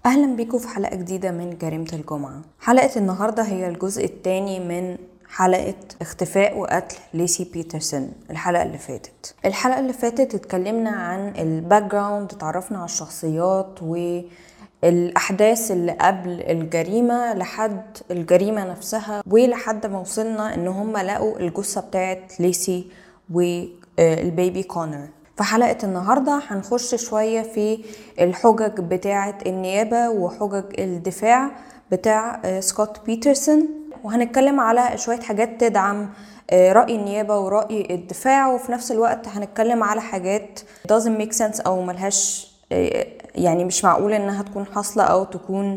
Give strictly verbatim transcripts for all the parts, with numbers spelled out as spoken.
أهلا بيكم في حلقة جديدة من جريمة الجمعة. حلقة النهاردة هي الجزء الثاني من حلقة اختفاء وقتل ليسي بيترسون. الحلقة اللي فاتت الحلقة اللي فاتت اتكلمنا عن الباك جراوند، اتعرفنا على الشخصيات والأحداث اللي قبل الجريمة لحد الجريمة نفسها، ولحد ما وصلنا ان هم لقوا الجثة بتاعت ليسي والبيبي كونر. في حلقة النهاردة هنخش شوية في الحجج بتاعة النيابة وحجج الدفاع بتاع سكوت بيترسون، وهنتكلم على شوية حاجات تدعم رأي النيابة ورأي الدفاع، وفي نفس الوقت هنتكلم على حاجات doesn't make sense أو ملهاش يعني مش معقول إنها تكون حاصلة أو تكون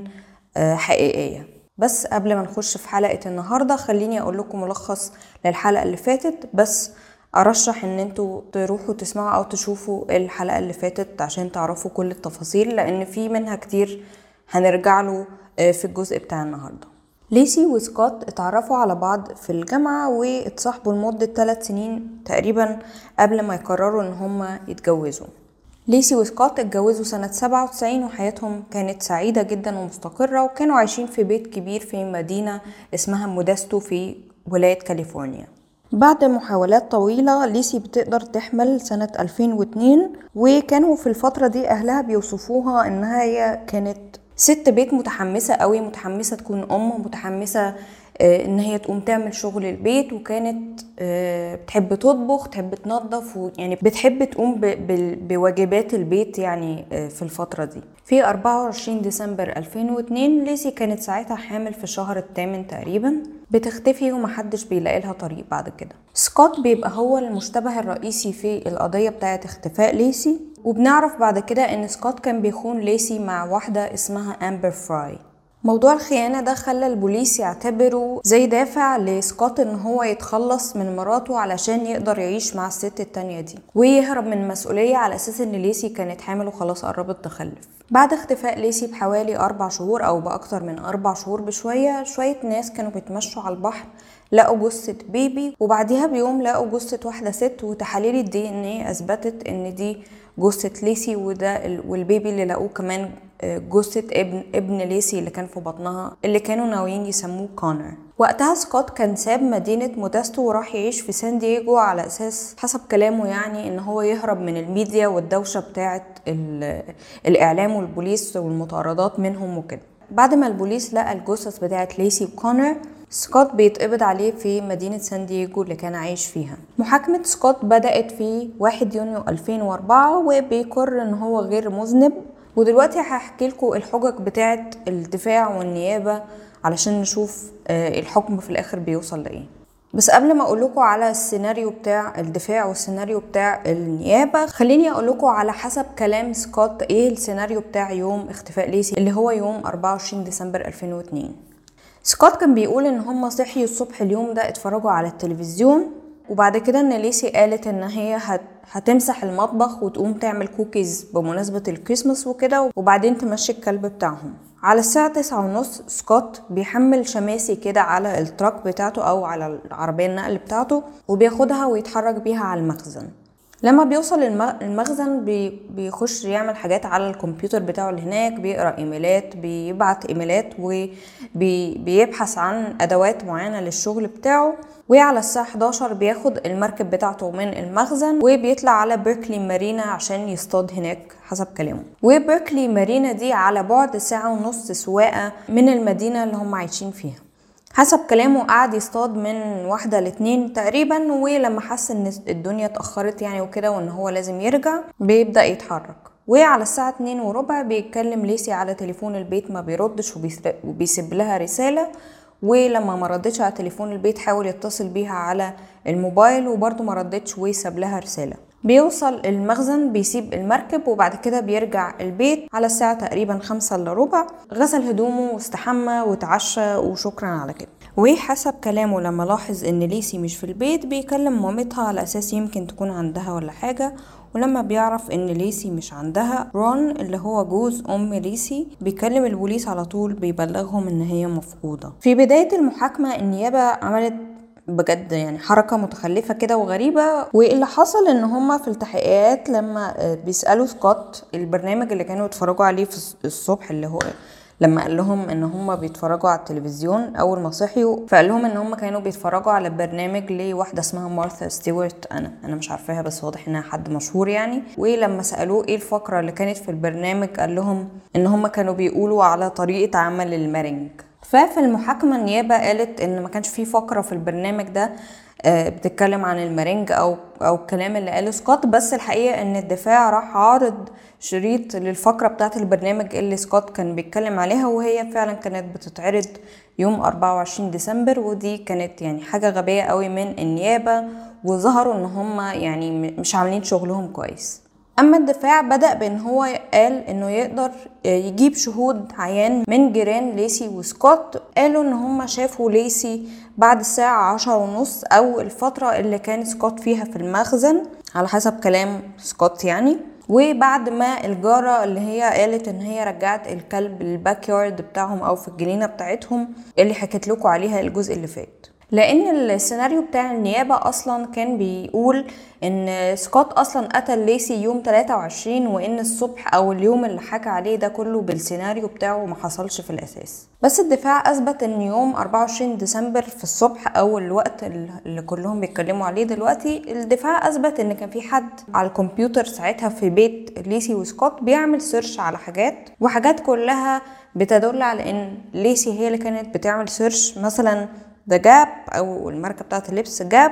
حقيقية. بس قبل ما نخش في حلقة النهاردة خليني أقول لكم ملخص للحلقة اللي فاتت، بس ارشح ان انتوا تروحوا تسمعوا او تشوفوا الحلقة اللي فاتت عشان تعرفوا كل التفاصيل، لان في منها كتير هنرجع له في الجزء بتاع النهاردة. ليسي وسكوت اتعرفوا على بعض في الجامعة واتصاحبوا لمدة ثلاث سنين تقريبا قبل ما يقرروا ان هما يتجوزوا. ليسي وسكوت اتجوزوا سنة سبعة وتسعين وحياتهم كانت سعيدة جدا ومستقرة، وكانوا عايشين في بيت كبير في مدينة اسمها مودستو في ولاية كاليفورنيا. بعد محاولات طويلة ليسي بتقدر تحمل سنة ألفين واثنين، وكانوا في الفترة دي أهلها بيوصفوها إنها هي كانت ست بيت متحمسة قوي، متحمسة تكون أم، متحمسة إن هي تقوم تعمل شغل البيت، وكانت بتحب تطبخ، تحب تنظف، يعني بتحب تقوم بواجبات البيت يعني في الفترة دي. في أربعة وعشرين ديسمبر ألفين واثنين ليسي كانت ساعتها حامل في الشهر الثامن تقريبا، بتختفي ومحدش بيلاقي لها طريق بعد كده. سكوت بيبقى هو المشتبه الرئيسي في القضية بتاعة اختفاء ليسي، وبنعرف بعد كده ان سكوت كان بيخون ليسي مع واحدة اسمها أمبر فراي. موضوع الخيانة ده خلى البوليس يعتبره زي دافع لسكوت ان هو يتخلص من مراته علشان يقدر يعيش مع الست التانية دي ويهرب من المسؤولية، على اساس ان ليسي كانت حامل وخلاص قربت تخلف. بعد اختفاء ليسي بحوالي اربع شهور او باكتر من اربع شهور بشوية، شوية ناس كانوا بيتمشوا على البحر لقوا جثة بيبي، وبعديها بيوم لقوا جثة واحدة ست، وتحاليل الدي ان ايه اثبتت ان دي جثة ليسي، وده والبيبي اللي لقوه كمان جثة ابن ابن ليسي اللي كان في بطنها اللي كانوا ناويين يسموه كونر. وقتها سكوت كان ساب مدينة مودستو وراح يعيش في سان دييغو على اساس حسب كلامه يعني ان هو يهرب من الميديا والدوشة بتاعة الاعلام والبوليس والمطاردات منهم وكده. بعد ما البوليس لقى الجثث بتاعة ليسي وكونر، سكوت بيتقبض عليه في مدينة سان دييغو اللي كان عايش فيها. محاكمة سكوت بدأت في واحد يونيو ألفين وأربعة، وبيقر ان هو غير مذنب. ودلوقتي هحكي لكم الحجج بتاعة الدفاع والنيابة علشان نشوف الحكم في الاخر بيوصل لايه. بس قبل ما اقول لكم على السيناريو بتاع الدفاع والسيناريو بتاع النيابة، خليني اقول لكم على حسب كلام سكوت ايه السيناريو بتاع يوم اختفاء ليسي اللي هو يوم أربعة وعشرين ديسمبر ألفين واثنين. سكوت كان بيقول ان هم صحيوا الصبح اليوم ده اتفرجوا على التلفزيون، وبعد كده ان ليسي قالت ان هي هت هتمسح المطبخ وتقوم تعمل كوكيز بمناسبة الكريسماس وكده، وبعدين تمشي الكلب بتاعهم. على الساعة تسعة ونص سكوت بيحمل شماسي كده على التراك بتاعته او على العربية النقل بتاعته، وبياخدها ويتحرك بيها على المخزن. لما بيوصل المخزن بيخش يعمل حاجات على الكمبيوتر بتاعه اللي هناك، بيقرأ ايميلات، بيبعت ايميلات، وبيبحث عن ادوات معينة للشغل بتاعه. وعلى الساعة حداشر بياخد المركب بتاعته من المخزن وبيطلع على بيركلي مارينا عشان يصطاد هناك حسب كلامه. وبيركلي مارينا دي على بعد ساعة ونص سواقة من المدينة اللي هم عايشين فيها. حسب كلامه قعد يصطاد من واحدة لاتنين تقريبا، ولما حس ان الدنيا اتأخرت يعني وكده وان هو لازم يرجع بيبدأ يتحرك. وعلى الساعة اتنين وربع بيتكلم ليسي على تليفون البيت، ما بيردش وبيسيب لها رسالة، ولما ما ردتش على تليفون البيت حاول يتصل بيها على الموبايل وبرضه ما ردتش وساب لها رسالة. بيوصل المخزن، بيسيب المركب، وبعد كده بيرجع البيت على الساعة تقريبا خمسة الا ربع، غسل هدومه واستحمى وتعشى وشكرا على كده. وحسب كلامه لما لاحظ ان ليسي مش في البيت بيكلم مامتها على اساس يمكن تكون عندها ولا حاجة، ولما بيعرف ان ليسي مش عندها، رون اللي هو جوز ام ليسي بيكلم البوليس على طول، بيبلغهم ان هي مفقودة. في بداية المحاكمة النيابة عملت بجد يعني حركة متخلفة كده وغريبة. واللي حصل ان هما في التحقيقات لما بيسألوا سكوت البرنامج اللي كانوا يتفرجوا عليه في الصبح، اللي هو لما قال لهم ان هم بيتفرجوا على التلفزيون اول ما صحيوا، فقال لهم ان هم كانوا بيتفرجوا على برنامج لواحده اسمها مارثا ستيوارت، انا انا مش عارفاها بس واضح انها حد مشهور يعني. ولما سالوه ايه الفقره اللي كانت في البرنامج قال لهم ان هم كانوا بيقولوا على طريقه عمل المارينج. ففي المحاكمه النيابه قالت ان ما كانش في فقره في البرنامج ده بتتكلم عن المارينج او او الكلام اللي قاله سكوت، بس الحقيقه ان الدفاع راح عارض شريط للفقره بتاعه البرنامج اللي سكوت كان بيتكلم عليها، وهي فعلا كانت بتتعرض يوم أربعة وعشرين ديسمبر، ودي كانت يعني حاجه غبيه قوي من النيابه، وظهروا ان هم يعني مش عاملين شغلهم كويس. اما الدفاع بدأ بان هو قال انه يقدر يجيب شهود عيان من جيران ليسي وسكوت، قالوا ان هم شافوا ليسي بعد الساعة عشرة ونص او الفترة اللي كان سكوت فيها في المخزن على حسب كلام سكوت يعني. وبعد ما الجارة اللي هي قالت ان هي رجعت الكلب للباك يارد بتاعهم او في الجنينة بتاعتهم اللي حكيت لكم عليها الجزء اللي فات. لان السيناريو بتاع النيابة اصلا كان بيقول ان سكوت اصلا قتل ليسي يوم ثلاثة وعشرين، وان الصبح او اليوم اللي حكى عليه ده كله بالسيناريو بتاعه ما حصلش في الاساس. بس الدفاع اثبت ان يوم أربعة وعشرين ديسمبر في الصبح او الوقت اللي كلهم بيتكلموا عليه دلوقتي، الدفاع اثبت ان كان في حد على الكمبيوتر ساعتها في بيت ليسي وسكوت بيعمل سيرش على حاجات، وحاجات كلها بتدل على ان ليسي هي اللي كانت بتعمل سيرش، مثلا ذا جاب او الماركه بتاعت اللبس جاب،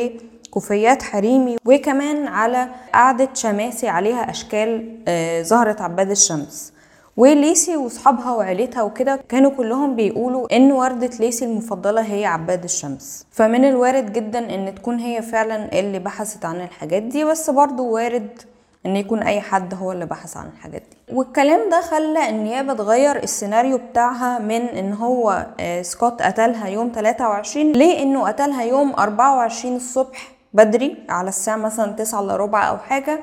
وكوفيات حريمي، وكمان على قعدة شماسي عليها اشكال آه زهرة عباد الشمس. وليسي واصحابها وعيلتها وكده كانوا كلهم بيقولوا ان وردة ليسي المفضلة هي عباد الشمس، فمن الوارد جدا ان تكون هي فعلا اللي بحثت عن الحاجات دي، بس برضو وارد ان يكون اي حد هو اللي بحث عن الحاجات دي. والكلام ده خلى النيابه تغير السيناريو بتاعها من ان هو سكوت قتلها يوم ثلاثة وعشرين لانه قتلها يوم أربعة وعشرين الصبح بدري على الساعه مثلا تسعة الا ربع او حاجه،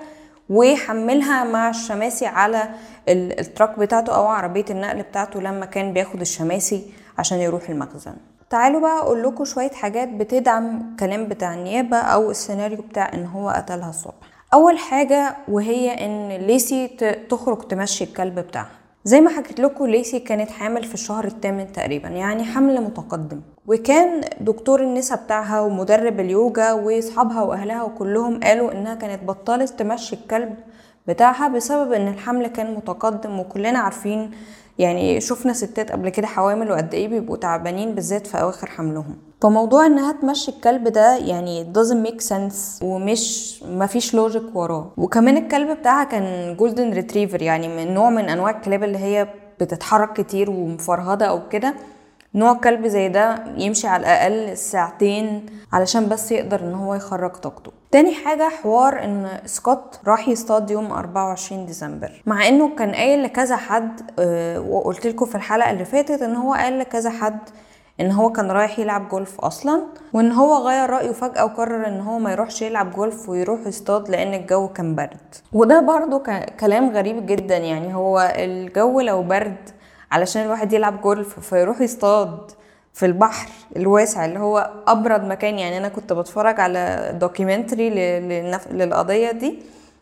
وحملها مع الشماسي على التراك بتاعته او عربيه النقل بتاعته لما كان بياخد الشماسي عشان يروح المخزن. تعالوا بقى اقول لكم شويه حاجات بتدعم الكلام بتاع النيابه او السيناريو بتاع ان هو قتلها الصبح. اول حاجه وهي ان ليسي تخرج تمشي الكلب بتاعها. زي ما حكيت لكم ليسي كانت حامل في الشهر الثامن تقريبا، يعني حمل متقدم، وكان دكتور النساء بتاعها ومدرب اليوجا واصحابها واهلها وكلهم قالوا انها كانت بطلت تمشي الكلب بتاعها بسبب ان الحمل كان متقدم. وكلنا عارفين يعني شفنا ستات قبل كده حوامل وقد ايه بيبقوا تعبانين بالذات في اواخر حملهم، فموضوع انها تمشي الكلب ده يعني doesn't make sense ومش مفيش لوجيك وراه. وكمان الكلب بتاعها كان جولدن ريتريفر، يعني من نوع من انواع الكلاب اللي هي بتتحرك كتير ومفرهده او كده. نوع كلب زي ده يمشي على الاقل ساعتين علشان بس يقدر ان هو يخرج طاقته. تاني حاجة حوار ان سكوت راح يصطاد يوم أربعة وعشرين ديسمبر، مع انه كان قايل لكذا حد أه وقلت لكم في الحلقة اللي فاتت ان هو قال لكذا حد ان هو كان رايح يلعب جولف اصلا، وان هو غير رأيه فجأة وقرر ان هو ما يروحش يلعب جولف ويروح يصطاد لان الجو كان برد. وده برضو كلام غريب جدا، يعني هو الجو لو برد علشان الواحد يلعب جولف فيروح يصطاد في البحر الواسع اللي هو ابرد مكان. يعني انا كنت بتفرج على دوكيومنتري للقضية دي،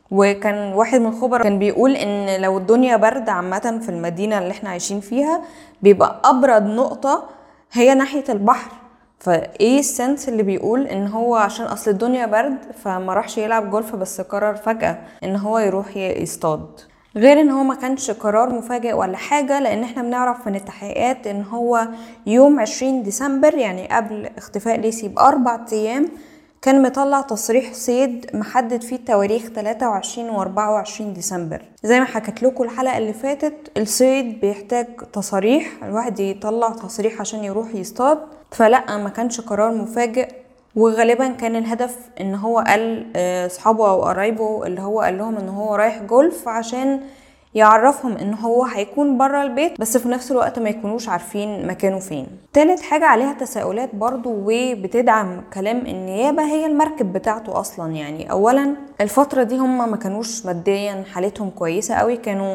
وكان واحد من الخبراء كان بيقول ان لو الدنيا برد عامة في المدينة اللي احنا عايشين فيها بيبقى ابرد نقطة هي ناحية البحر. فايه السنس اللي بيقول ان هو عشان اصل الدنيا برد فما راحش يلعب جولف بس قرر فجأة ان هو يروح يصطاد؟ غير ان هو ما كانش قرار مفاجئ ولا حاجة، لان احنا بنعرف من التحقيقات ان هو يوم عشرين ديسمبر يعني قبل اختفاء ليسي باربع ايام كان مطلع تصريح صيد محدد فيه التواريخ ثلاثة وعشرين و أربعة وعشرين ديسمبر. زي ما حكيت لكم الحلقة اللي فاتت الصيد بيحتاج تصاريح، الواحد يطلع تصريح عشان يروح يصطاد، فلا ما كانش قرار مفاجئ. وغالبا كان الهدف ان هو قال اصحابه او قرايبه اللي هو قال لهم ان هو رايح جولف عشان يعرفهم ان هو هيكون بره البيت، بس في نفس الوقت ما يكونوش عارفين مكانه فين. تالت حاجة عليها تساؤلات برضو وبتدعم كلام النيابة هي المركب بتاعته اصلا. يعني اولا الفترة دي هم ما كانوش ماديا حالتهم كويسة قوي، كانوا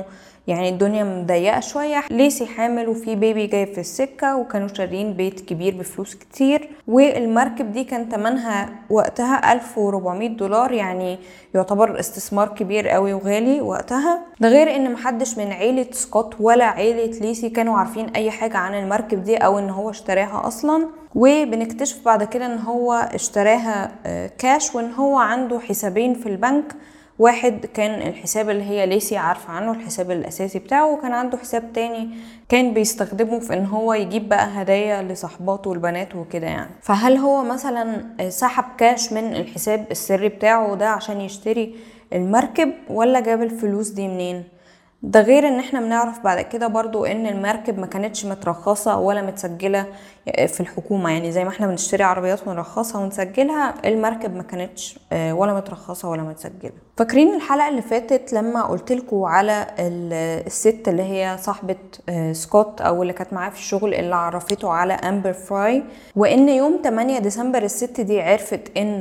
يعني الدنيا مضيقه شويه. ليسي حامل وفي بيبي جاي في السكه، وكانوا شارين بيت كبير بفلوس كتير، والمركب دي كان تمنها وقتها ألف وأربعمية دولار، يعني يعتبر استثمار كبير قوي وغالي وقتها. ده غير ان محدش من عيله سكوت ولا عيله ليسي كانوا عارفين اي حاجه عن المركب دي او ان هو اشتراها اصلا. وبنكتشف بعد كده ان هو اشتراها كاش، وان هو عنده حسابين في البنك. واحد كان الحساب اللي هي ليسي عارفة عنه، الحساب الأساسي بتاعه، وكان عنده حساب تاني كان بيستخدمه في ان هو يجيب بقى هدايا لصحباته والبنات وكده يعني. فهل هو مثلا سحب كاش من الحساب السري بتاعه ده عشان يشتري المركب، ولا جاب الفلوس دي منين؟ ده غير ان احنا بنعرف بعد كده برضو ان المركب ما كانتش مترخصة ولا متسجلة في الحكومة، يعني زي ما احنا بنشتري عربيات مرخصة ونسجلها، المركب ما كانتش ولا مترخصة ولا متسجلة. فاكرين الحلقة اللي فاتت لما قلتلكوا على الست اللي هي صاحبة سكوت او اللي كانت معاه في الشغل اللي عرفته على امبر فراي، وان يوم تمانية ديسمبر الست دي عرفت ان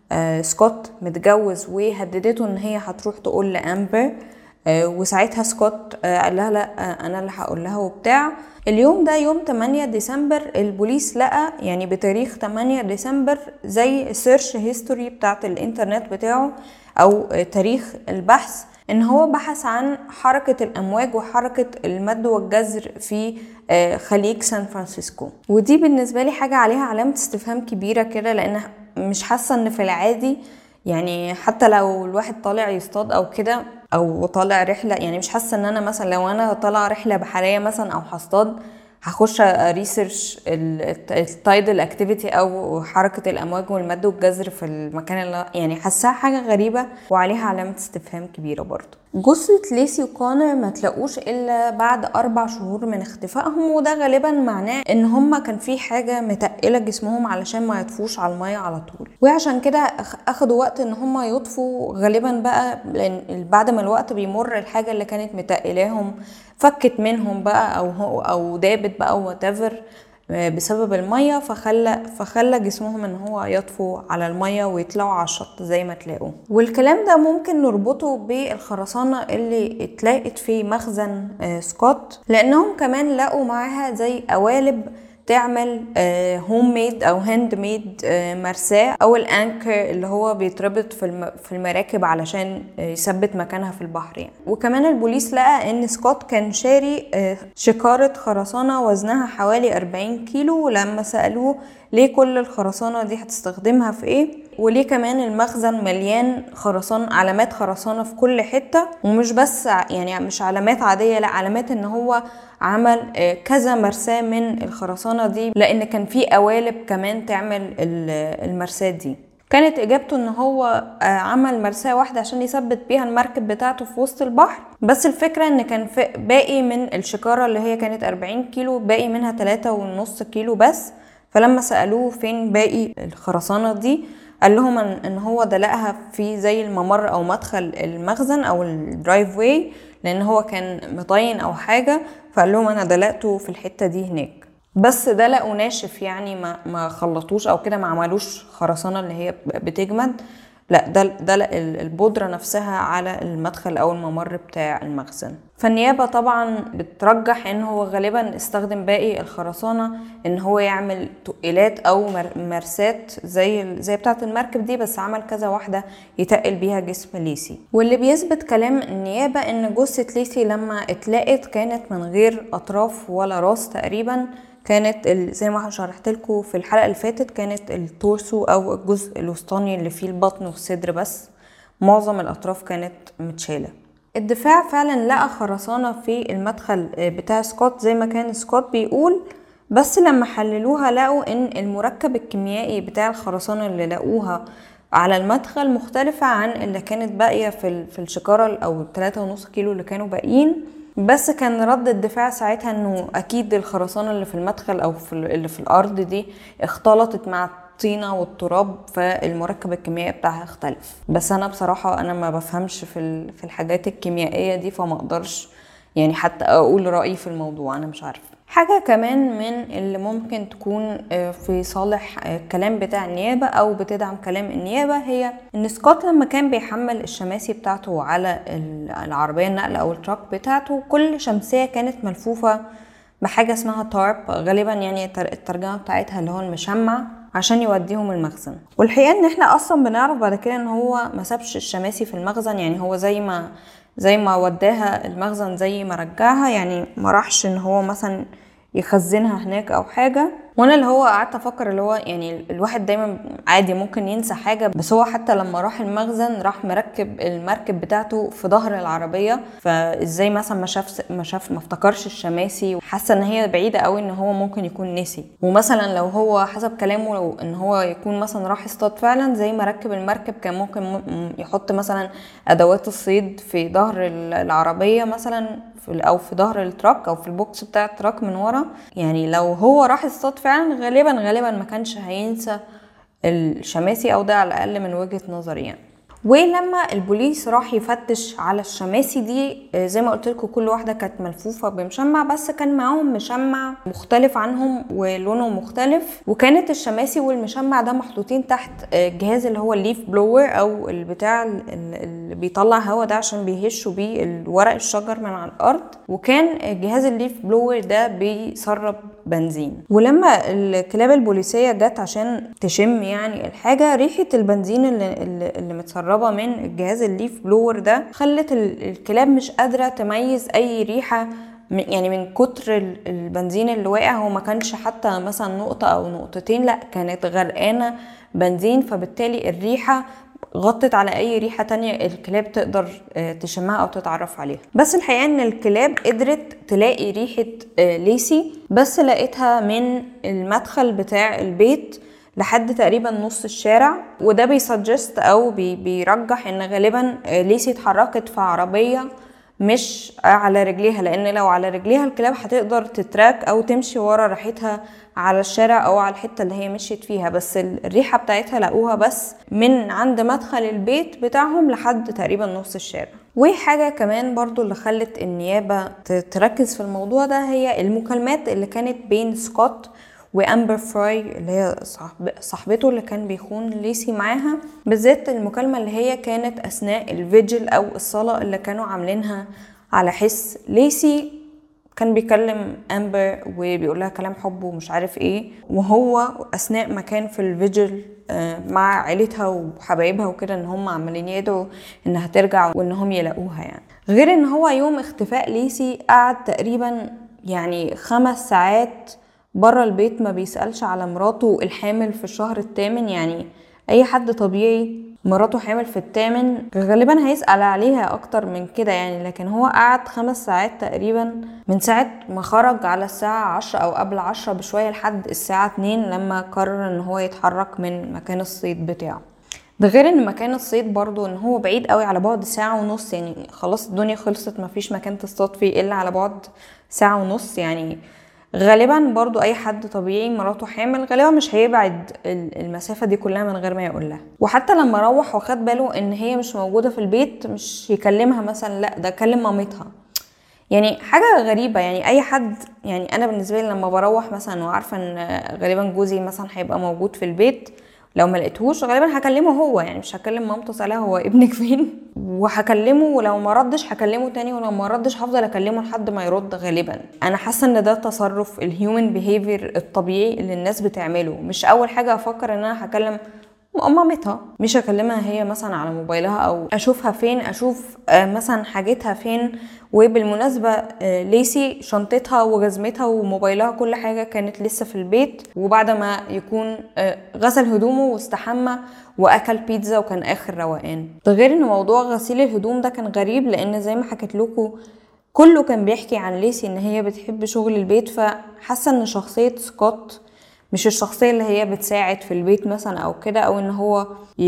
سكوت متجوز، وهددته ان هي هتروح تقول لامبر، وساعتها سكوت قال لها لا انا اللي هقول لها وبتاع. اليوم ده يوم تمانية ديسمبر البوليس لقى يعني بتاريخ تمانية ديسمبر زي سيرش هيستوري بتاعت الانترنت بتاعه او تاريخ البحث، ان هو بحث عن حركة الامواج وحركة المد والجزر في خليج سان فرانسيسكو. ودي بالنسبة لي حاجة عليها علامة استفهام كبيرة كده، لان مش حاسة ان في العادي يعني حتى لو الواحد طالع يصطاد او كده او طالع رحله، يعني مش حاسه ان انا مثلا لو انا طالعه رحله بحريه مثلا او هصطاد هخش ريسيرش التايدل اكتيفيتي او حركه الامواج والمد والجزر في المكان اللي يعني حاساها حاجه غريبه وعليها علامه استفهام كبيره برضه. جثة ليسي وكونر ما تلاقوش الا بعد اربع شهور من اختفائهم، وده غالبا معناه ان هما كان في حاجه متقله جسمهم علشان ما يطفوش على الميه على طول، وعشان كده اخدوا وقت ان هما يطفوا غالبا بقى، لان بعد ما الوقت بيمر الحاجه اللي كانت متقلاهم فكت منهم بقى او هو او دابت بقى whatever بسبب الميه، فخلى فخلى جسمهم ان هو يطفو على الميه ويطلعوا على الشط زي ما تلاقوا. والكلام ده ممكن نربطه بالخرسانه اللي اتلاقت في مخزن سكوت، لانهم كمان لقوا معاها زي قوالب تعمل هوم ميد او هاند ميد مرساه او الانكر اللي هو بيتربط في في المراكب علشان يثبت مكانها في البحر يعني. وكمان البوليس لقى ان سكوت كان شاري شكارة خرسانة وزنها حوالي أربعين كيلو، ولما سألوه ليه كل الخرسانة دي هتستخدمها في ايه، وليه كمان المخزن مليان خرسان علامات خرسانة في كل حتة، ومش بس يعني مش علامات عادية، لا علامات ان هو عمل كذا مرساة من الخرسانة دي، لان كان في قوالب كمان تعمل المرساة دي. كانت اجابته ان هو عمل مرساة واحدة عشان يثبت بيها المركب بتاعته في وسط البحر، بس الفكرة ان كان باقي من الشكارة اللي هي كانت أربعين كيلو باقي منها ثلاثة ونص كيلو بس. فلما سألوه فين باقي الخرسانة دي قال لهم ان هو دلقها في زي الممر او مدخل المخزن او الدرايف واي، لان هو كان مطين او حاجة، فقال لهم انا دلقته في الحتة دي هناك، بس دلقوا ناشف يعني ما ما خلطوش او كده، ما عملوش خرسانة اللي هي بتجمد، لا دلق البودرة نفسها على المدخل او الممر بتاع المخزن. فالنيابة طبعا بترجح ان هو غالبا استخدم باقي الخرسانة ان هو يعمل تقيلات او مرسات زي زي بتاعة المركب دي، بس عمل كذا واحدة يتقل بيها جسم ليسي. واللي بيثبت كلام النيابة ان جثة ليسي لما اتلقت كانت من غير اطراف ولا راس تقريبا، كانت زي ما شرحت لكم في الحلقة اللي فاتت كانت التورسو او الجزء الوسطاني اللي فيه البطن والصدر بس، معظم الاطراف كانت متشالة. الدفاع فعلا لقى خرسانة في المدخل بتاع سكوت زي ما كان سكوت بيقول، بس لما حللوها لقوا ان المركب الكيميائي بتاع الخرسانة اللي لقوها على المدخل مختلفة عن اللي كانت باقية في في الشكارة او ثلاثة ونص كيلو اللي كانوا باقيين. بس كان رد الدفاع ساعتها انه اكيد الخرسانة اللي في المدخل او في اللي في الارض دي اختلطت مع الطينة والتراب، فالمركب الكيميائي بتاعها اختلف. بس انا بصراحة انا ما بفهمش في في الحاجات الكيميائية دي، فما اقدرش يعني حتى اقول رأيي في الموضوع، انا مش عارفة. حاجة كمان من اللي ممكن تكون في صالح الكلام بتاع النيابة أو بتدعم كلام النيابة هي إن سكوت لما كان بيحمل الشماسي بتاعته على العربية النقل أو التراك بتاعته، كل شمسية كانت ملفوفة بحاجة اسمها تارب، غالبا يعني الترجمة بتاعتها اللي هو المشمع، عشان يوديهم المخزن. والحقيقة ان احنا اصلا بنعرف بعد كده ان هو ما سابش الشماسي في المخزن، يعني هو زي ما زي ما وداها المخزن زي ما رجعها، يعني ما راحش ان هو مثلا يخزنها هناك او حاجة. وانا اللي هو قعدت افكر اللي هو يعني الواحد دايما عادي ممكن ينسى حاجة، بس هو حتى لما راح المخزن راح مركب المركب بتاعته في ظهر العربية، فازاي مثلا ما شاف ما شاف ما افتكرش الشماسي، وحاسه ان هي بعيدة قوي ان هو ممكن يكون نسي. ومثلا لو هو حسب كلامه لو ان هو يكون مثلا راح يصطاد فعلا زي ما ركب المركب، كان ممكن يحط مثلا ادوات الصيد في ظهر العربية مثلا او في ظهر التراك او في البوكس بتاع التراك من ورا. يعني لو هو راح يصطاد فعلا غالبا غالبا ما كانش هينسى الشماسي، او ده على الاقل من وجهة نظري يعني. ولما البوليس راح يفتش على الشماسي دي، زي ما قلت لكم كل واحده كانت ملفوفه بمشمع، بس كان معاهم مشمع مختلف عنهم ولونه مختلف، وكانت الشماسي والمشمع ده محطوطين تحت الجهاز اللي هو الليف بلوور او البتاع اللي بيطلع هوا ده عشان بيهشوا بيه ورق الشجر من على الارض، وكان جهاز الليف بلوور ده بيسرب بنزين. ولما الكلاب البوليسيه جت عشان تشم يعني الحاجه، ريحه البنزين اللي, اللي متسربه من الجهاز الليف بلور ده خلت الكلاب مش قادره تميز اي ريحه، يعني من كتر البنزين اللي واقع. هو ما كانش حتى مثلا نقطه او نقطتين، لا كانت غرقانه بنزين، فبالتالي الريحه غطت على اي ريحه تانية الكلاب تقدر تشمها او تتعرف عليها. بس الحقيقه ان الكلاب قدرت تلاقي ريحه ليسي، بس لقيتها من المدخل بتاع البيت لحد تقريبا نص الشارع، وده بيسجست او بي بيرجح ان غالبا ليسي اتحركت في عربيه مش على رجليها، لان لو على رجليها الكلاب هتقدر تتراك او تمشي ورا ريحتها على الشارع او على الحته اللي هي مشيت فيها، بس الريحه بتاعتها لقوها بس من عند مدخل البيت بتاعهم لحد تقريبا نص الشارع. وحاجه كمان برضو اللي خلت النيابه تركز في الموضوع ده هي المكالمات اللي كانت بين سكوت وامبر فراي اللي هي صاحبته اللي كان بيخون ليسي معاها، بالذات المكالمه اللي هي كانت اثناء الفيجل او الصلاه اللي كانوا عاملينها على حس ليسي. كان بيكلم امبر وبيقول لها كلام حب ومش عارف ايه، وهو اثناء ما كان في الفيجل مع عيلتها وحبايبها وكده ان هم عمالين يدعوا انها ترجع وانهم يلاقوها يعني. غير ان هو يوم اختفاء ليسي قعد تقريبا يعني خمس ساعات برا البيت ما بيسألش على مراته الحامل في الشهر الثامن. يعني اي حد طبيعي مراته حامل في الثامن غالبا هيسأل عليها اكتر من كده يعني، لكن هو قعد خمس ساعات تقريبا من ساعة ما خرج على الساعة عشرة او قبل عشرة بشوية لحد الساعة اتنين لما قرر ان هو يتحرك من مكان الصيد بتاعه. ده غير ان مكان الصيد برضو ان هو بعيد قوي على بعد ساعة ونص، يعني خلاص الدنيا خلصت مفيش مكان تصطاد فيه الا على بعد ساعة ونص. يعني غالبا برضو اي حد طبيعي مراته حامل غالبا مش هيبعد المسافة دي كلها من غير ما يقول لها. وحتى لما روح وخد باله ان هي مش موجودة في البيت مش يكلمها مثلا، لا ده كلم مامتها. يعني حاجة غريبة. يعني اي حد، يعني انا بالنسبة لي لما بروح مثلا وعارفة ان غالبا جوزي مثلا هيبقى موجود في البيت، لو ما لقيتهوش غالبا هكلمه هو، يعني مش هكلم مامته اسالها هو ابنك فين، وهكلمه ولو ما ردش هكلمه تاني، ولو ما ردش هفضل اكلمه لحد ما يرد. غالبا انا حاسه ان ده تصرف الهيومن بيهيفير الطبيعي اللي الناس بتعمله. مش اول حاجه افكر ان انا هكلم مامتها، مش هكلمها هي مثلا على موبايلها او اشوفها فين، اشوف مثلا حاجتها فين. وبالمناسبه ليسي شنطتها وجزمتها وموبايلها كل حاجه كانت لسه في البيت، وبعد ما يكون غسل هدومه واستحمى واكل بيتزا وكان اخر روقان. ده غير ان موضوع غسيل الهدوم ده كان غريب، لان زي ما حكيت لكم كله كان بيحكي عن ليسي ان هي بتحب شغل البيت، فحاسه ان شخصيه سكوت مش الشخصية اللي هي بتساعد في البيت مثلا او كده، او ان هو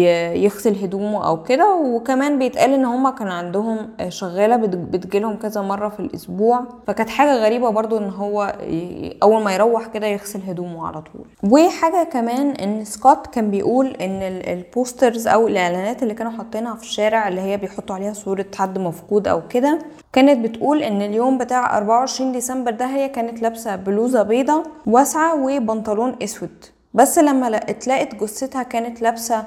يغسل هدومه او كده. وكمان بيتقال ان هما كان عندهم شغالة بتجيلهم كذا مرة في الاسبوع، فكانت حاجة غريبة برضو ان هو اول ما يروح كده يغسل هدومه على طول. وحاجة كمان ان سكوت كان بيقول ان البوسترز او الاعلانات اللي كانوا حاطينها في الشارع اللي هي بيحطوا عليها صورة حد مفقود او كده كانت بتقول ان اليوم بتاع أربعة وعشرين ديسمبر ده هي كانت لابسة بلوزة بيضة واسعة وبنطلون اسود، بس لما اتلاقت جثتها كانت لابسة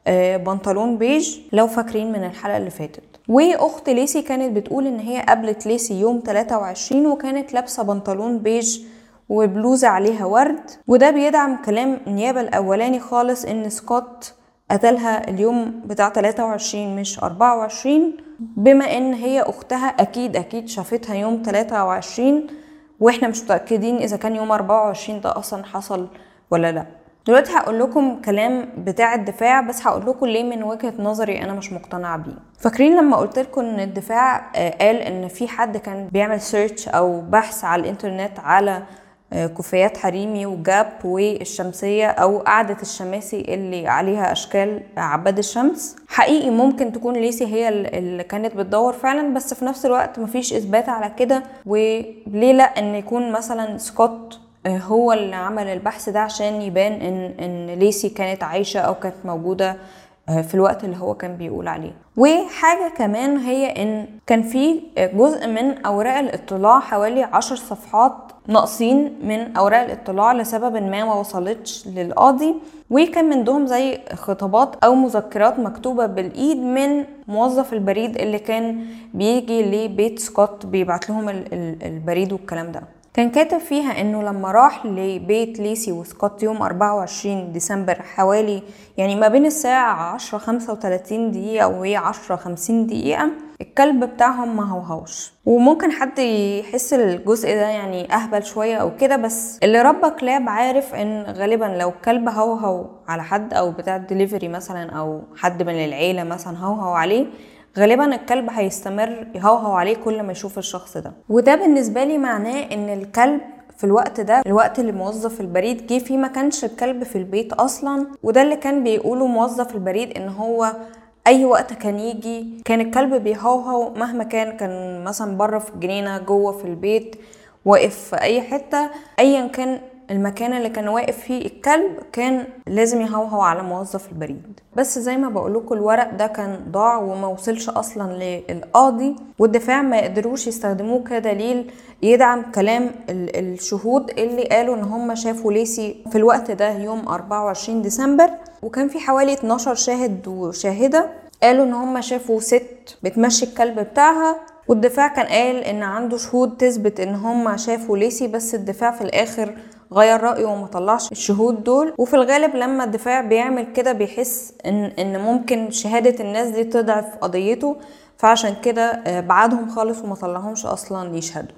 بنطلون بيج لو فاكرين من الحلقة اللي فاتت. واخت ليسي كانت بتقول ان هي قابلت ليسي يوم تلاتة وعشرين وكانت لابسة بنطلون بيج وبلوزة عليها ورد، وده بيدعم كلام النيابة الاولاني خالص ان سكوت قتلها اليوم بتاع تلاتة وعشرين مش أربعة وعشرين، بما ان هي اختها اكيد اكيد شافتها يوم تلاتة وعشرين واحنا مش متأكدين اذا كان يوم أربعة وعشرين ده اصلا حصل ولا لا. دلوقتي هقول لكم كلام بتاع الدفاع، بس هقول لكم ليه من وجهة نظري انا مش مقتنعة بيه. فاكرين لما قلت لكم ان الدفاع قال ان في حد كان بيعمل سيرش او بحث على الانترنت على كوفيات حريمي وجاب والشمسية او قعدة الشماسي اللي عليها اشكال عباد الشمس؟ حقيقي ممكن تكون ليسي هي اللي كانت بتدور فعلا، بس في نفس الوقت مفيش اثبات على كده. وليه لا ان يكون مثلا سكوت هو اللي عمل البحث ده عشان يبان ان ان ليسي كانت عايشة او كانت موجودة في الوقت اللي هو كان بيقول عليه. وحاجة كمان هي ان كان في جزء من اوراق الاطلاع، حوالي عشر صفحات ناقصين من اوراق الاطلاع لسبب ما ما وصلتش للقاضي، وكان من دهم زي خطابات او مذكرات مكتوبة بالايد من موظف البريد اللي كان بيجي لبيت سكوت بيبعت لهم البريد والكلام ده. كان كاتب فيها انه لما راح لبيت ليسي وسكوت يوم أربعة وعشرين ديسمبر حوالي يعني ما بين الساعة عشرة خمسة وتلاتين دقيقة وهي عشرة خمسين دقيقة، الكلب بتاعهم ما هوهوش. وممكن حد يحس الجزء ده يعني اهبل شوية او كده، بس اللي ربى كلاب عارف ان غالبا لو الكلب هوهو على حد او بتاع ديليفري مثلا او حد من العيلة مثلا هوهو عليه، غالبا الكلب هيستمر يهوهو عليه كل ما يشوف الشخص ده. وده بالنسبة لي معناه ان الكلب في الوقت ده، الوقت اللي موظف البريد جه فيه، ما كانش الكلب في البيت اصلا. وده اللي كان بيقوله موظف البريد، ان هو اي وقت كان يجي كان الكلب بيهوهو مهما كان، كان مثلا بره في الجنينة، جوه في البيت، واقف في اي حتة، ايا كان المكان اللي كان واقف فيه الكلب كان لازم يهوهو على موظف البريد. بس زي ما بقولكوا الورق ده كان ضاع وما وصلش اصلا للقاضي، والدفاع ما يقدروش يستخدموه كدليل يدعم كلام الشهود اللي قالوا ان هم شافوا ليسي في الوقت ده يوم أربعة وعشرين ديسمبر. وكان في حوالي اتناشر شاهد وشاهدة قالوا ان هم شافوا ست بتمشي الكلب بتاعها، والدفاع كان قال ان عنده شهود تثبت ان هم شافوا ليسي، بس الدفاع في الاخر غير رأيه وما طلعش الشهود دول. وفي الغالب لما الدفاع بيعمل كده بيحس ان ان ممكن شهادة الناس دي تضعف قضيته، فعشان كده بعدهم خالص وما طلعهمش اصلا يشهدوا.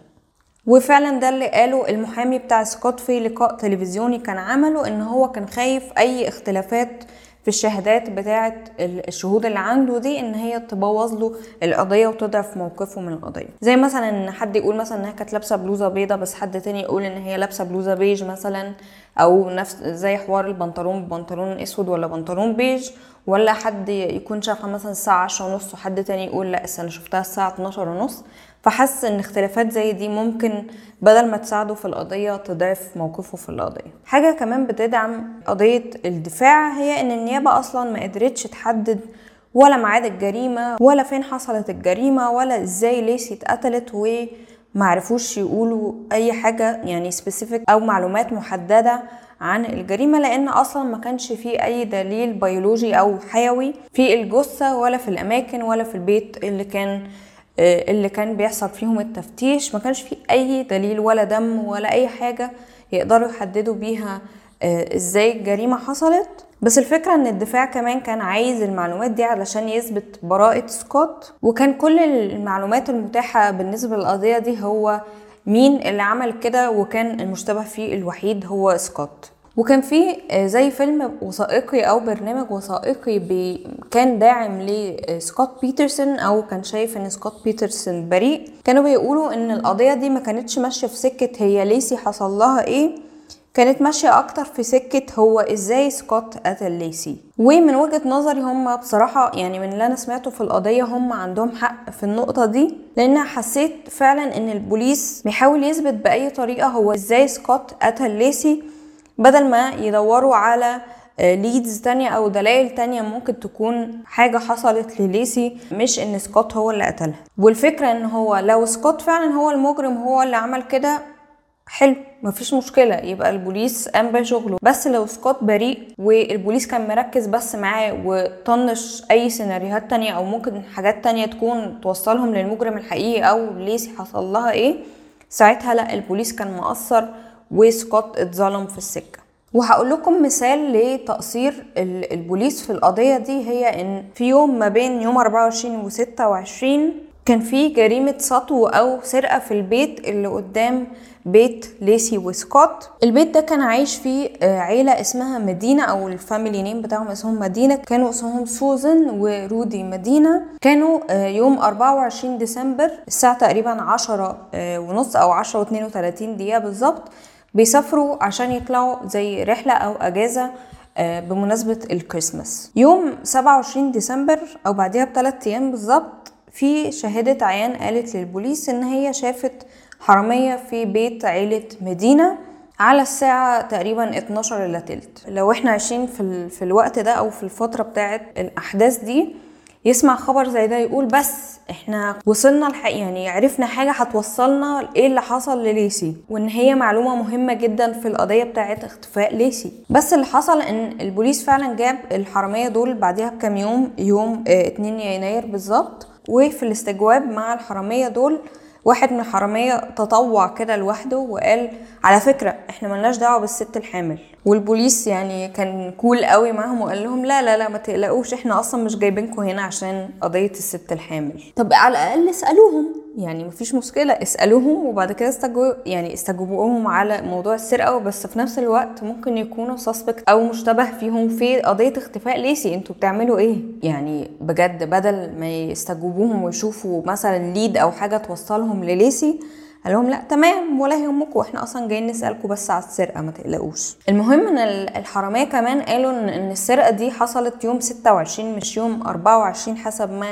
وفعلا ده اللي قاله المحامي بتاع سكوت في لقاء تلفزيوني كان عمله، ان هو كان خايف اي اختلافات في الشهادات بتاعه الشهود اللي عنده دي ان هي تبوظ له القضيه وتضعف موقفه من القضيه. زي مثلا ان حد يقول مثلا انها كانت لابسه بلوزه بيضه بس حد تاني يقول ان هي لابسه بلوزه بيج مثلا، او نفس زي حوار البنطلون بنطلون اسود ولا بنطلون بيج، ولا حد يكون شافها مثلا الساعه عشرة ونص وحد تاني يقول لا انا شفتها الساعه اتناشر ونص. فحس ان اختلافات زي دي ممكن بدل ما تساعده في القضية تضعف موقفه في القضية. حاجة كمان بتدعم قضية الدفاع هي ان النيابة اصلا ما قدرتش تحدد ولا ميعاد الجريمة ولا فين حصلت الجريمة ولا ازاي ليسي اتقتلت، ومعرفوش يقولوا اي حاجة يعني سبيسيفيك او معلومات محددة عن الجريمة، لان اصلا ما كانش فيه اي دليل بيولوجي او حيوي في الجثة ولا في الاماكن ولا في البيت اللي كان اللي كان بيحصل فيهم التفتيش. ما كانش فيه اي دليل ولا دم ولا اي حاجة يقدروا يحددوا بيها ازاي الجريمة حصلت. بس الفكرة ان الدفاع كمان كان عايز المعلومات دي علشان يثبت براءة سكوت، وكان كل المعلومات المتاحة بالنسبة للقضية دي هو مين اللي عمل كده، وكان المشتبه فيه الوحيد هو سكوت. وكان في زي فيلم وثائقي او برنامج وثائقي بي كان داعم لسكوت بيترسون، او كان شايف ان سكوت بيترسون بريء. كانوا بيقولوا ان القضية دي ما كانتش ماشية في سكة هي ليسي حصل لها ايه، كانت ماشية اكتر في سكة هو ازاي سكوت قتل ليسي. ومن وجهة نظري هم بصراحة يعني من اللي انا سمعته في القضية هم عندهم حق في النقطة دي، لان حسيت فعلا ان البوليس بيحاول يثبت بأي طريقة هو ازاي سكوت قتل ليسي، بدل ما يدوروا على ليدز تانية او دلائل تانية ممكن تكون حاجة حصلت لليسي، مش ان سكوت هو اللي قتلها. والفكرة ان هو لو سكوت فعلا هو المجرم هو اللي عمل كده، حلو، مفيش مشكلة، يبقى البوليس قام بشغله. بس لو سكوت بريء والبوليس كان مركز بس معاه وطنش اي سيناريوهات تانية او ممكن حاجات تانية تكون توصلهم للمجرم الحقيقي او ليسي حصل لها ايه، ساعتها لا، البوليس كان مقصر وسكوت اتظلم في السكة. وهقول لكم مثال لتقصير البوليس في القضية دي، هي ان في يوم ما بين يوم أربعة وعشرين و ستة وعشرين كان في جريمة سطو او سرقة في البيت اللي قدام بيت ليسي وسكوت. البيت ده كان عايش فيه عيلة اسمها مدينة، او الفاميلي نيم بتاعهم اسمهم مدينة، كانوا اسمهم سوزان ورودي مدينة. كانوا يوم أربعة وعشرين ديسمبر الساعة تقريبا عشرة ونص او عشرة واثنين وثلاثين دقيقة بالظبط بيسافروا عشان يطلعوا زي رحلة او اجازة بمناسبة الكريسماس. يوم سبعة وعشرين ديسمبر او بعدها بثلاث ايام بالظبط، في شاهدة عيان قالت للبوليس ان هي شافت حرامية في بيت عيلة مدينة على الساعة تقريبا اتناشر الا تلت. لو احنا عايشين في, ال... في الوقت ده او في الفترة بتاعت الاحداث دي، يسمع خبر زي ده يقول بس احنا وصلنا الحقيقة، يعني عرفنا حاجة هتوصلنا ايه اللي حصل لليسي، وان هي معلومة مهمة جدا في القضية بتاعت اختفاء ليسي. بس اللي حصل ان البوليس فعلا جاب الحرامية دول بعدها بكام يوم، يوم اه اتنين يناير بالظبط. وفي الاستجواب مع الحرامية دول، واحد من الحرامية تطوع كده لوحده وقال على فكرة احنا ملناش دعوة بالست الحامل. والبوليس يعني كان كول قوي معهم وقال لهم لا لا لا ما تقلقوش، احنا اصلا مش جايبينكم هنا عشان قضية الست الحامل. طب على الاقل اسألوهم، يعني مفيش مشكلة اسألوهم وبعد كده استجوبوا يعني استجوبوهم على موضوع السرقة، بس في نفس الوقت ممكن يكونوا سسبكت او مشتبه فيهم في قضية اختفاء ليسي. انتوا بتعملوا ايه يعني بجد؟ بدل ما يستجوبوهم ويشوفوا مثلا ليد او حاجة توصلهم لليسي، قال لهم لا تمام ولا يهمكم، احنا اصلا جايين نسالكم بس على السرقه ما تقلقوش. المهم ان الحراميه كمان قالوا ان السرقه دي حصلت يوم ستة وعشرين مش يوم أربعة وعشرين حسب ما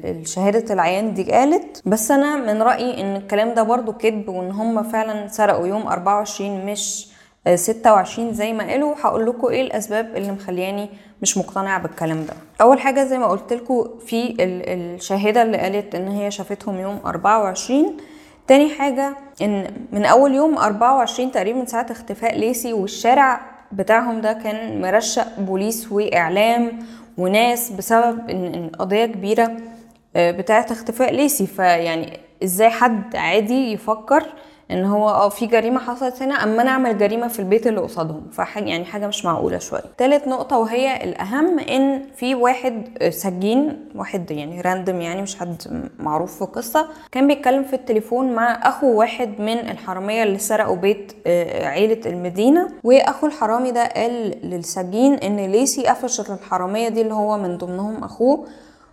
شهاده العيان دي قالت. بس انا من رايي ان الكلام ده برضو كذب، وان هم فعلا سرقوا يوم أربعة وعشرين مش ستة وعشرين زي ما قالوا. هقول لكم ايه الاسباب اللي مخلياني مش مقتنعه بالكلام ده. اول حاجه زي ما قلت لكم في الشاهده اللي قالت ان هي شافتهم يوم أربعة وعشرين. تاني حاجة ان من اول يوم أربعة وعشرين تقريبا من ساعة اختفاء ليسي، والشارع بتاعهم ده كان مرشق بوليس واعلام وناس بسبب ان قضية كبيرة بتاعة اختفاء ليسي. فيعني ازاي حد عادي يفكر ان هو اه في جريمه حصلت هنا اما نعمل جريمه في البيت اللي قصادهم؟ فحاجه يعني حاجه مش معقوله شويه. ثالث نقطه وهي الاهم، ان في واحد سجين، واحد يعني راندم يعني مش حد معروف في القصه، كان بيتكلم في التليفون مع اخو واحد من الحراميه اللي سرقوا بيت عيله المدينه. واخو الحرامي ده قال للسجين ان ليسي قفشت الحراميه دي اللي هو من ضمنهم اخوه،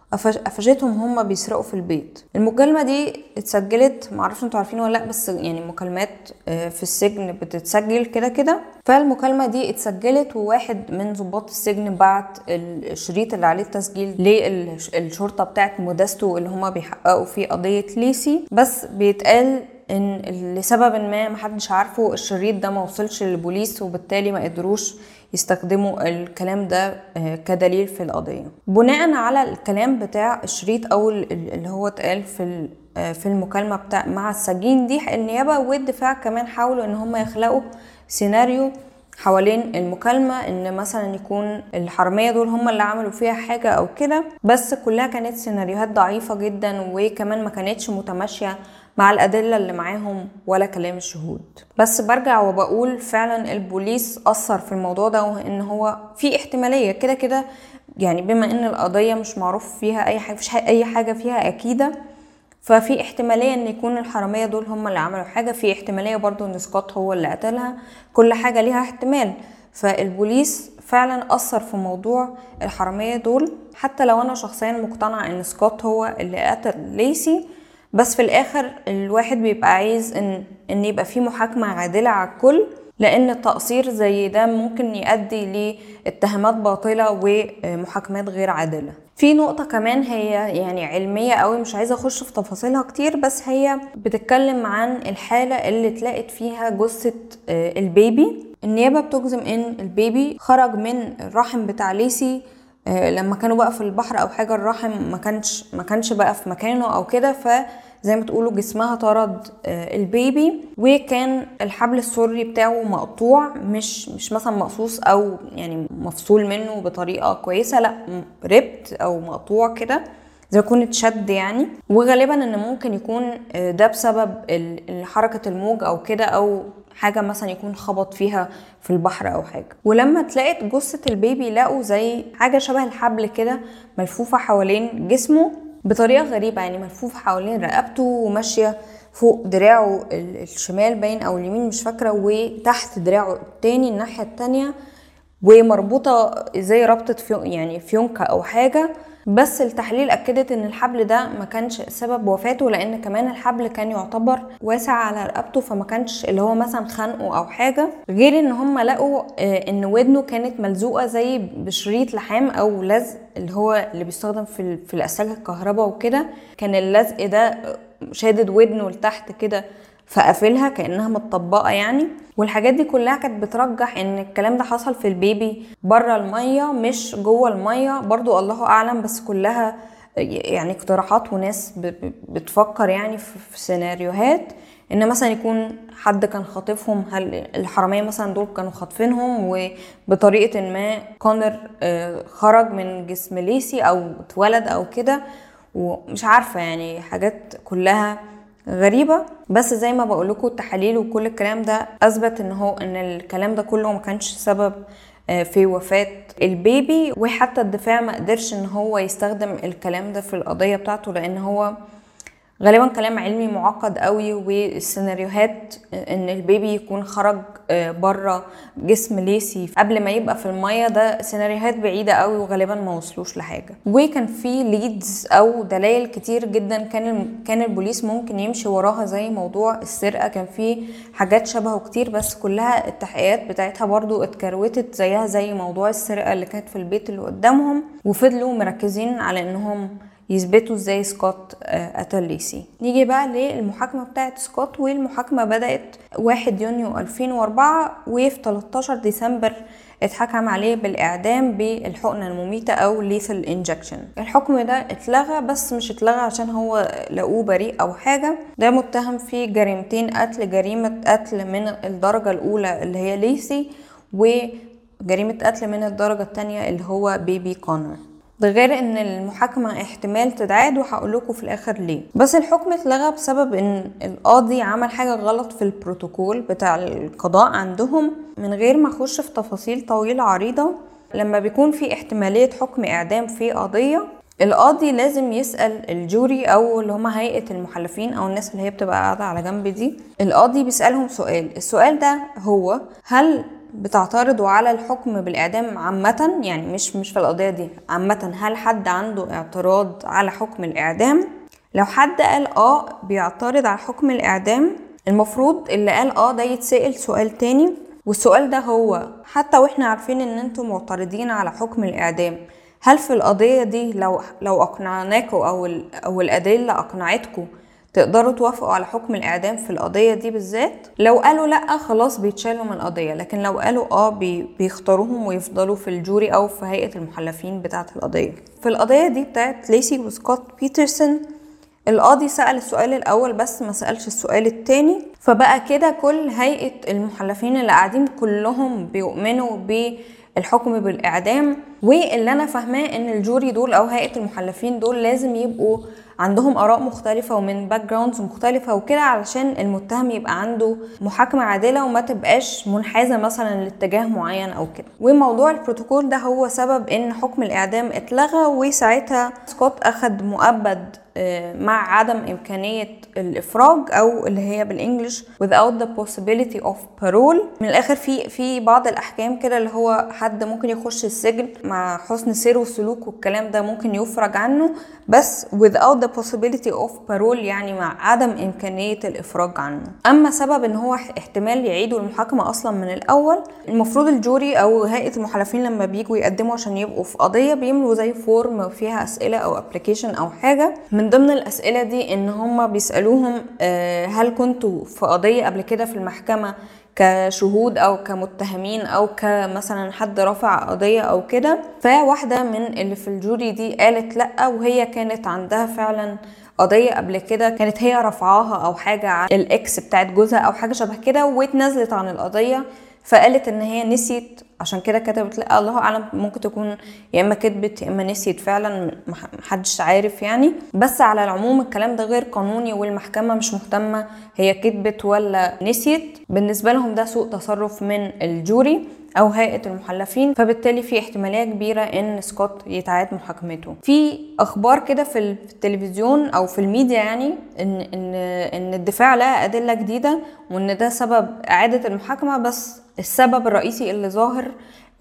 قفشتهم هم بيسرقوا في البيت. المكالمه دي اتسجلت، معرفش انتوا عارفين ولا لا، بس يعني مكالمات في السجن بتتسجل كده كده. فالمكالمه دي اتسجلت، وواحد من ضباط السجن بعت الشريط اللي عليه التسجيل للشرطه بتاعت مودستو اللي هم بيحققوا فيه قضيه ليسي. بس بيتقال ان لسبب ما محدش عارفه الشريط ده ما وصلش للبوليس، وبالتالي ما قدروش يستخدموا الكلام ده كدليل في القضية. بناء على الكلام بتاع الشريط او اللي هو اتقال في في المكالمة بتاع مع السجين دي، النيابة والدفاع كمان حاولوا ان هم يخلقوا سيناريو حوالين المكالمة، ان مثلا يكون الحرامية دول هم اللي عملوا فيها حاجة او كده. بس كلها كانت سيناريوهات ضعيفة جدا، وكمان ما كانتش متماشية مع الأدلة اللي معاهم ولا كلام الشهود. بس برجع وبقول فعلا البوليس أثر في الموضوع ده، وإن هو في احتمالية كده كده يعني، بما إن القضية مش معروف فيها أي حاجة، مفيش أي حاجة فيها أكيدة، ففي احتمالية إن يكون الحرامية دول هم اللي عملوا حاجة، في احتمالية برضو إن سكوت هو اللي قتلها، كل حاجة ليها احتمال. فالبوليس فعلا أثر في موضوع الحرامية دول، حتى لو أنا شخصيا مقتنعة إن سكوت هو اللي قتل ليسي. بس في الاخر الواحد بيبقى عايز ان ان يبقى في محاكمة عادلة على الكل، لان التقصير زي ده ممكن يؤدي لاتهامات باطلة ومحاكمات غير عادلة. في نقطة كمان هي يعني علمية قوي، مش عايزة اخش في تفاصيلها كتير، بس هي بتتكلم عن الحالة اللي اتلقت فيها جثة البيبي النيابة بتجزم ان البيبي خرج من الرحم بتاع ليسي لما كانوا بقى في البحر او حاجة، الرحم ما كانش ما كانش بقى في مكانه او كده، فزي ما تقولوا جسمها طرد البيبي، وكان الحبل السري بتاعه مقطوع، مش مش مثلا مقصوص او يعني مفصول منه بطريقة كويسة، لا ربط او مقطوع كده زي يكون اتشد يعني. وغالبا ان ممكن يكون ده بسبب حركة الموج او كده، او حاجة مثلا يكون خبط فيها في البحر او حاجة. ولما تلاقت جثة البيبي لقوا زي حاجة شبه الحبل كده ملفوفة حوالين جسمه بطريقة غريبة، يعني ملفوفة حوالين رقبته وماشية فوق دراعه الشمال باين او اليمين مش فاكرة، وتحت دراعه التاني الناحية التانية، ومربوطة زي ربطة فيون يعني فيونكة او حاجة. بس التحليل اكدت ان الحبل ده ما كانش سبب وفاته، لان كمان الحبل كان يعتبر واسع على رقبته، فما كانش اللي هو مثلا خنقه او حاجه. غير ان هم لقوا ان ودنه كانت ملزوقه زي بشريط لحام او لزق اللي هو اللي بيستخدم في في الاسلاك الكهرباء وكده، كان اللزق ده شادد ودنه لتحت كده فقفلها كأنها متطبقة يعني. والحاجات دي كلها كانت بترجح ان الكلام ده حصل في البيبي بره المية مش جوه المية، برضو الله اعلم، بس كلها يعني اقتراحات وناس بتفكر يعني في سيناريوهات ان مثلا يكون حد كان خاطفهم، هل الحرامية مثلا دول كانوا خاطفينهم وبطريقة ما كونر خرج من جسم ليسي او اتولد او كده، ومش عارفة يعني حاجات كلها غريبة. بس زي ما بقولكوا التحاليل وكل الكلام ده اثبت ان هو ان الكلام ده كله ما كانش سبب في وفاة البيبي. وحتى الدفاع ما قدرش ان هو يستخدم الكلام ده في القضية بتاعته، لان هو غالبا كلام علمي معقد قوي، والسيناريوهات ان البيبي يكون خرج بره جسم ليسي قبل ما يبقى في المية ده سيناريوهات بعيدة قوي وغالبا ما وصلوش لحاجة. وكان في ليدز او دلائل كتير جدا كان كان البوليس ممكن يمشي وراها، زي موضوع السرقة كان في حاجات شبهه كتير، بس كلها التحقيقات بتاعتها برضو اتكروتت زيها زي موضوع السرقة اللي كانت في البيت اللي قدامهم، وفضلوا مركزين على انهم يثبتوا ازاي سكوت قتل ليسي. نيجي بقى للمحاكمة بتاعت سكوت، والمحاكمة بدأت واحد يونيو ألفين وأربعة، وفي تلتاشر ديسمبر اتحكم عليه بالإعدام بالحقنة المميتة أو lethal injection. الحكم ده اتلغى، بس مش اتلغى عشان هو لقوه بريء أو حاجة، ده متهم في جريمتين قتل، جريمة قتل من الدرجة الأولى اللي هي ليسي، وجريمة قتل من الدرجة التانية اللي هو بيبي كونر. ده غير ان المحاكمة احتمال تتعاد، وهقول لكم في الاخر ليه. بس الحكم اتلغى بسبب ان القاضي عمل حاجة غلط في البروتوكول بتاع القضاء عندهم. من غير ما اخش في تفاصيل طويلة عريضة، لما بيكون في احتمالية حكم اعدام في قضية، القاضي لازم يسأل الجوري او اللي هما هيئة المحلفين او الناس اللي هي بتبقى قاعدة على جنب دي، القاضي بيسألهم سؤال. السؤال ده هو هل بتعترضوا على الحكم بالإعدام عامة، يعني مش مش في القضية دي عامة، هل حد عنده اعتراض على حكم الإعدام؟ لو حد قال اه بيعترض على حكم الإعدام، المفروض اللي قال اه ده يتسأل سؤال تاني، والسؤال ده هو حتى واحنا عارفين ان انتم معترضين على حكم الإعدام، هل في القضية دي لو لو اقنعناكوا او او الأدلة اقنعتكوا تقدروا توافقوا على حكم الإعدام في القضية دي بالذات؟ لو قالوا لأ خلاص بيتشالوا من القضية، لكن لو قالوا آه بي بيختاروهم ويفضلوا في الجوري أو في هيئة المحلفين بتاعة القضية. في القضية دي بتاعت ليسي وسكوت بيترسون، القاضي سأل السؤال الأول بس ما سألش السؤال التاني، فبقى كده كل هيئة المحلفين اللي قاعدين كلهم بيؤمنوا بالحكم بالإعدام. واللي أنا فاهماه إن الجوري دول أو هيئة المحلفين دول لازم يبقوا عندهم آراء مختلفة ومن باك جراوندز مختلفة وكده، علشان المتهم يبقى عنده محاكمة عادلة وما تبقاش منحازة مثلا لاتجاه معين أو كده. وموضوع البروتوكول ده هو سبب إن حكم الإعدام اتلغى، وساعتها سكوت أخد مؤبد مع عدم إمكانية الإفراج، أو اللي هي بالإنجليش without the possibility of parole. من الآخر في في بعض الأحكام كده اللي هو حد ممكن يخش السجن مع حسن سير وسلوك والكلام ده ممكن يفرج عنه، بس without the possibility of parole يعني مع عدم إمكانية الإفراج عنه. أما سبب إن هو احتمال يعيدوا المحاكمة أصلا من الأول، المفروض الجوري أو هيئة المحلفين لما بيجوا يقدموا عشان يبقوا في قضية بيملوا زي فورم فيها أسئلة أو application أو حاجة، من من ضمن الاسئله دي ان هم بيسالوهم هل كنتوا في قضيه قبل كده في المحكمه كشهود او كمتهمين او كمثلا حد رفع قضيه او كده. فواحده من اللي في الجوري دي قالت لا، وهي كانت عندها فعلا قضيه قبل كده، كانت هي رفعاها او حاجه على الاكس بتاعت جوزها او حاجه شبه كده، واتنزلت عن القضيه. فقالت ان هي نسيت، عشان كده كتبت لا، الله اعلم، ممكن تكون يا اما كتبت يا اما نسيت فعلا، محدش عارف يعني. بس على العموم الكلام ده غير قانوني، والمحكمه مش مهتمه هي كتبت ولا نسيت. بالنسبه لهم ده سوء تصرف من الجوري او هيئه المحلفين، فبالتالي في احتماليه كبيره ان سكوت يتعاد محاكمته. في اخبار كده في التلفزيون او في الميديا يعني ان ان ان الدفاع لقى ادله جديده وان ده سبب اعاده المحاكمه، بس السبب الرئيسي اللي ظاهر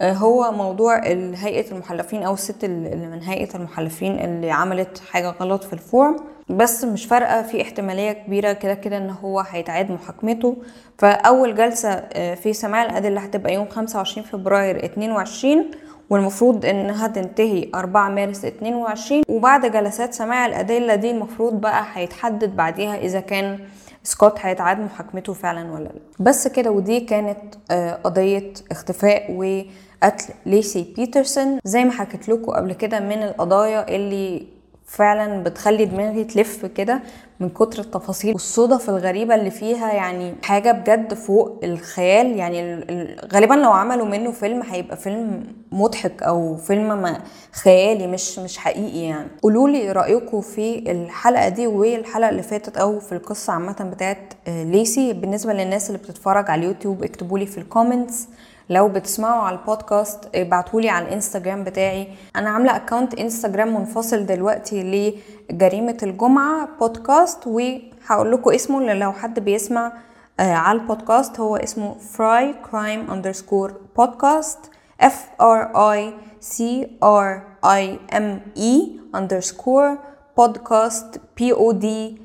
هو موضوع هيئه المحلفين او الست اللي من هيئه المحلفين اللي عملت حاجه غلط في الفورم. بس مش فارقه، في احتماليه كبيره كده كده ان هو هيتعاد محاكمته. فاول جلسه في سماع الادله هتبقى يوم خمسة وعشرين فبراير اتنين وعشرين، والمفروض انها تنتهي أربعة مارس اتنين وعشرين. وبعد جلسات سماع الادله دي المفروض بقى هيتحدد بعديها اذا كان سكوت هيتعاد محاكمته فعلا ولا لا. بس كده، ودي كانت قضيه اختفاء وقتل ليسي بيترسون. زي ما حكيت لكم قبل كده، من القضايا اللي فعلا بتخلي دماغي تلف كده من كتر التفاصيل والصدف الغريبة اللي فيها، يعني حاجة بجد فوق الخيال. يعني غالبا لو عملوا منه فيلم هيبقى فيلم مضحك او فيلم خيالي مش مش حقيقي يعني. قولولي رأيكم في الحلقة دي والحلقة اللي فاتت او في القصة عامة بتاعت ليسي. بالنسبة للناس اللي بتتفرج على اليوتيوب اكتبولي في الكومنتس، لو بتسمعوا على البودكاست ابعتولي على الانستجرام بتاعي. انا عامله اكونت انستجرام منفصل دلوقتي لجريمه الجمعه بودكاست، وهقول لكم اسمه لو حد بيسمع على البودكاست. هو اسمه فراي كرايم اندرسكور بودكاست، اف ار اي سي ار اي ام اي اندرسكور بودكاست، بي او دي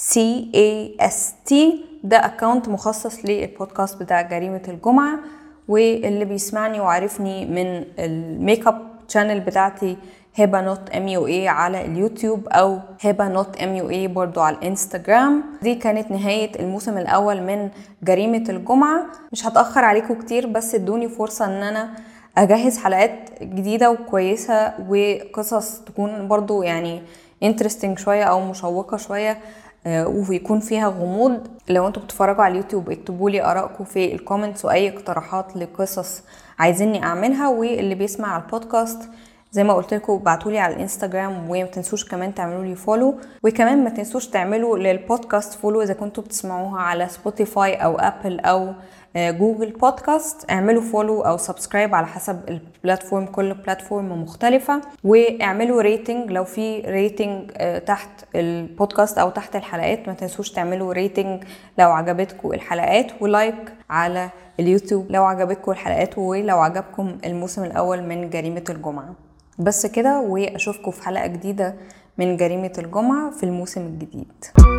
سي اي اس تي. ده اكونت مخصص للبودكاست بتاع جريمه الجمعه. واللي بيسمعني وعارفني من الميك اب شانل بتاعتي هبه نوت ام يو اي على اليوتيوب او هبه نوت ام يو اي برضو على الانستجرام. دي كانت نهايه الموسم الاول من جريمه الجمعه. مش هتاخر عليكم كتير، بس ادوني فرصه ان انا اجهز حلقات جديده وكويسه وقصص تكون برضو يعني انترستينج شويه او مشوقه شويه ويكون فيها غموض. لو انتوا بتتفرجوا على اليوتيوب اكتبوا لي ارائكم في الكومنتس واي اقتراحات لقصص عايزيني اعملها. واللي بيسمع على البودكاست زي ما قلت لكم ابعتوا لي على الانستجرام، وما تنسوش كمان تعملوا لي فولو، وكمان ما تنسوش تعملوا للبودكاست فولو اذا كنتوا بتسمعوها على سبوتيفاي او ابل او جوجل بودكاست. اعملوا فولو او سبسكرايب على حسب البلاتفورم، كل بلاتفورم مختلفة. واعملوا ريتنج لو في ريتنج تحت البودكاست او تحت الحلقات. ما تنسوش تعملوا ريتنج لو عجبتكم الحلقات، ولايك على اليوتيوب لو عجبتكم الحلقات، ولو عجبكم الموسم الاول من جريمة الجمعة. بس كده، واشوفكم في حلقة جديدة من جريمة الجمعة في الموسم الجديد.